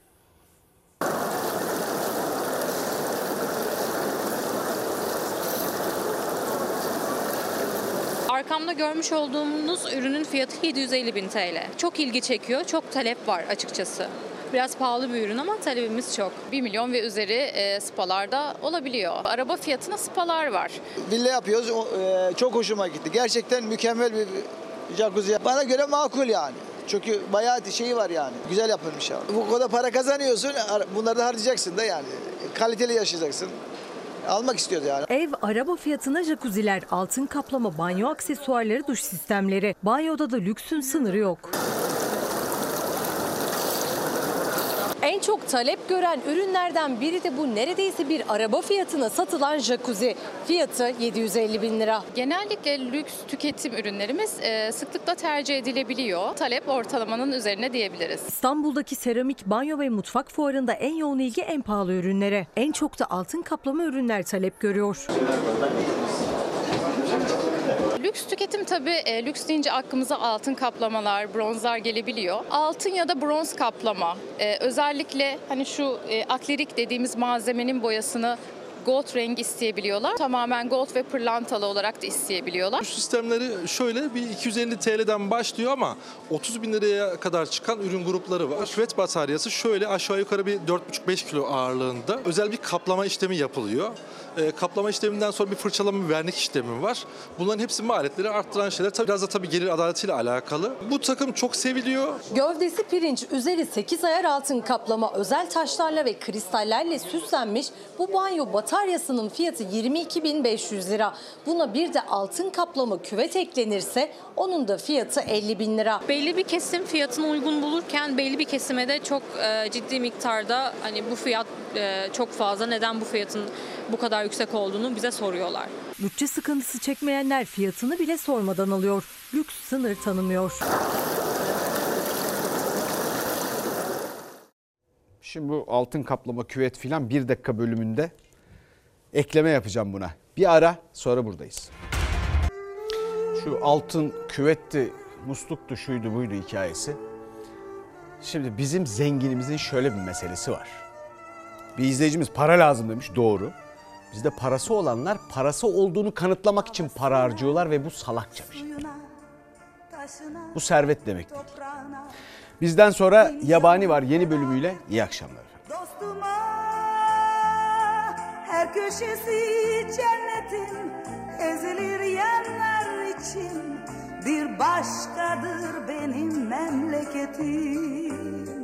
Arkamda görmüş olduğunuz ürünün fiyatı yedi yüz elli bin T L. Çok ilgi çekiyor, çok talep var açıkçası. Biraz pahalı bir ürün ama talebimiz çok. bir milyon ve üzeri e, spalarda olabiliyor. Araba fiyatına spalar var. Villa yapıyoruz, e, çok hoşuma gitti. Gerçekten mükemmel bir jacuzzi. Bana göre makul yani. Çünkü bayağı şeyi var yani. Güzel yapılmış abi. Bu kadar para kazanıyorsun, bunları da harcayacaksın da yani. Kaliteli yaşayacaksın. Almak istiyordu yani. Ev, araba fiyatına jacuzziler, altın kaplama banyo aksesuarları, duş sistemleri. Banyoda da lüksün sınırı yok. En çok talep gören ürünlerden biri de bu neredeyse bir araba fiyatına satılan jacuzzi. Fiyatı yedi yüz elli bin lira. Genellikle lüks tüketim ürünlerimiz e, sıklıkla tercih edilebiliyor. Talep ortalamanın üzerine diyebiliriz. İstanbul'daki seramik, banyo ve mutfak fuarında en yoğun ilgi en pahalı ürünlere. En çok da altın kaplama ürünler talep görüyor. Lüks tüketim tabii e, lüks deyince aklımıza altın kaplamalar, bronzlar gelebiliyor. Altın ya da bronz kaplama e, özellikle hani şu e, akrilik dediğimiz malzemenin boyasını gold rengi isteyebiliyorlar. Tamamen gold ve pırlantalı olarak da isteyebiliyorlar. Bu sistemleri şöyle bir iki yüz elli TL'den başlıyor ama otuz bin liraya kadar çıkan ürün grupları var. Küvet bataryası şöyle aşağı yukarı bir dört buçuk beş kilo ağırlığında özel bir kaplama işlemi yapılıyor. E, kaplama işleminden sonra bir fırçalama, bir vernik işlemi var. Bunların hepsi maliyetleri arttıran şeyler. Tabii biraz da tabii gelir adaletiyle alakalı. Bu takım çok seviliyor. Gövdesi pirinç, üzeri sekiz ayar altın kaplama, özel taşlarla ve kristallerle süslenmiş bu banyo bataryasının fiyatı yirmi iki bin beş yüz lira. Buna bir de altın kaplama küvet eklenirse onun da fiyatı elli bin lira. Belli bir kesim fiyatını uygun bulurken belli bir kesime de çok e, ciddi miktarda hani bu fiyat e, çok fazla, neden bu fiyatın bu kadar yüksek olduğunu bize soruyorlar. Bütçe sıkıntısı çekmeyenler fiyatını bile sormadan alıyor. Lüks sınır tanımıyor. Şimdi bu altın kaplama küvet filan bir dakika bölümünde ekleme yapacağım buna. Bir ara, sonra buradayız. Şu altın küvetti, musluktu, şuydu buydu hikayesi. Şimdi bizim zenginimizin şöyle bir meselesi var. Bir izleyicimiz para lazım demiş, doğru. Bizde parası olanlar parası olduğunu kanıtlamak için para harcıyorlar ve bu salakça bir şey. Bu servet demek değil. Bizden sonra Yabani var yeni bölümüyle. İyi akşamlar. Dostuma her köşesi cennetin, ezilir yanlar için bir başkadır benim memleketim.